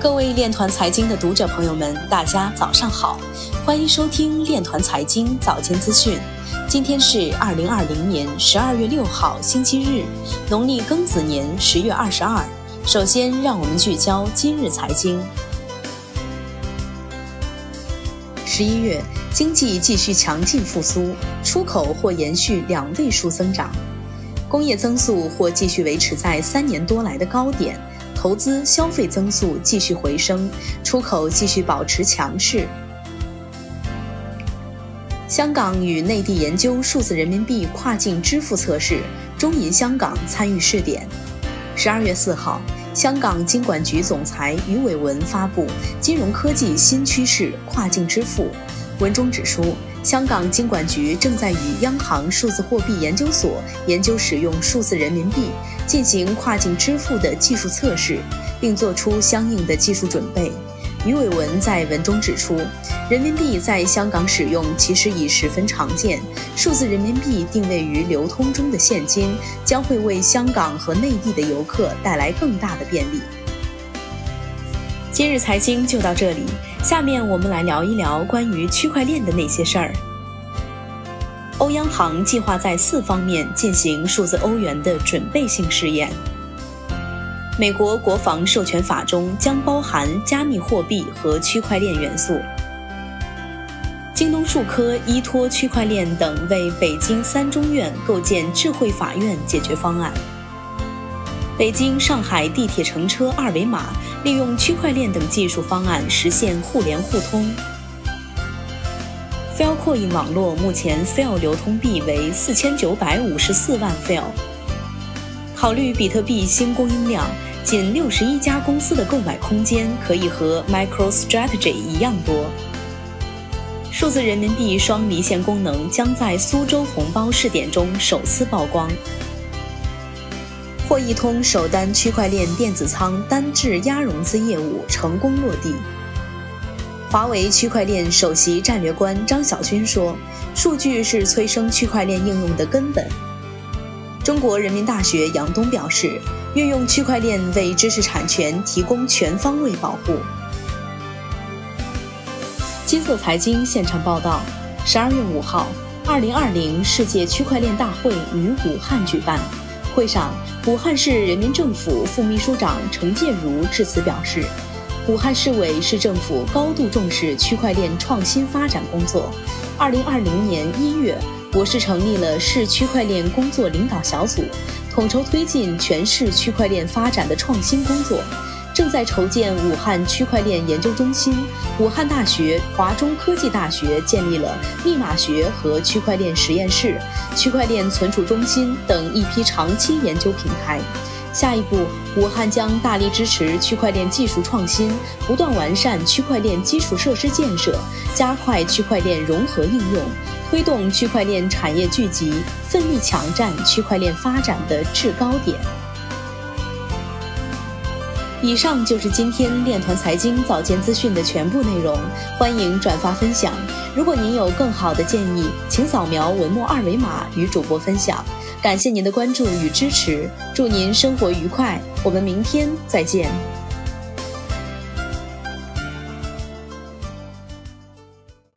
各位链团财经的读者朋友们，大家早上好，欢迎收听链团财经早间资讯。今天是2020年12月6号星期日，农历庚子年10月22。首先让我们聚焦今日财经。11月，经济继续强劲复苏，出口或延续2位数增长，工业增速或继续维持在3年多来的高点，投资消费增速继续回升，出口继续保持强势。香港与内地研究数字人民币跨境支付测试，中银香港参与试点。12月4号，香港金管局总裁余伟文发布金融科技新趋势跨境支付，文中指出，香港金管局正在与央行数字货币研究所研究使用数字人民币进行跨境支付的技术测试，并做出相应的技术准备。余伟文在文中指出，人民币在香港使用其实已十分常见，数字人民币定位于流通中的现金，将会为香港和内地的游客带来更大的便利。今日财经就到这里，下面我们来聊一聊关于区块链的那些事儿。欧央行计划在4方面进行数字欧元的准备性试验。美国国防授权法中将包含加密货币和区块链元素。京东数科依托区块链等为北京3中院构建智慧法院解决方案。北京、上海地铁乘车二维码利用区块链等技术方案实现互联互通。Failcoin 网络目前 Fail 流通币为4954万 Fail。考虑比特币新供应量，仅61家公司的购买空间可以和 MicroStrategy 一样多。数字人民币双离线功能将在苏州红包试点中首次曝光。获益通首单区块链电子仓单质押融资业务成功落地。华为区块链首席战略官张晓军说，数据是催生区块链应用的根本。中国人民大学杨东表示，运用区块链为知识产权提供全方位保护。金色财经现场报道，12月5号，2020世界区块链大会于武汉举办。会上，武汉市人民政府副秘书长程介如致辞表示，武汉市委市政府高度重视区块链创新发展工作。2020年1月，我市成立了市区块链工作领导小组，统筹推进全市区块链发展的创新工作，正在筹建武汉区块链研究中心。武汉大学、华中科技大学建立了密码学和区块链实验室、区块链存储中心等一批长期研究平台。下一步，武汉将大力支持区块链技术创新，不断完善区块链基础设施建设，加快区块链融合应用，推动区块链产业聚集，奋力抢占区块链发展的制高点。以上就是今天链团财经早间资讯的全部内容，欢迎转发分享。如果您有更好的建议，请扫描文末2维码与主播分享。感谢您的关注与支持，祝您生活愉快，我们明天再见。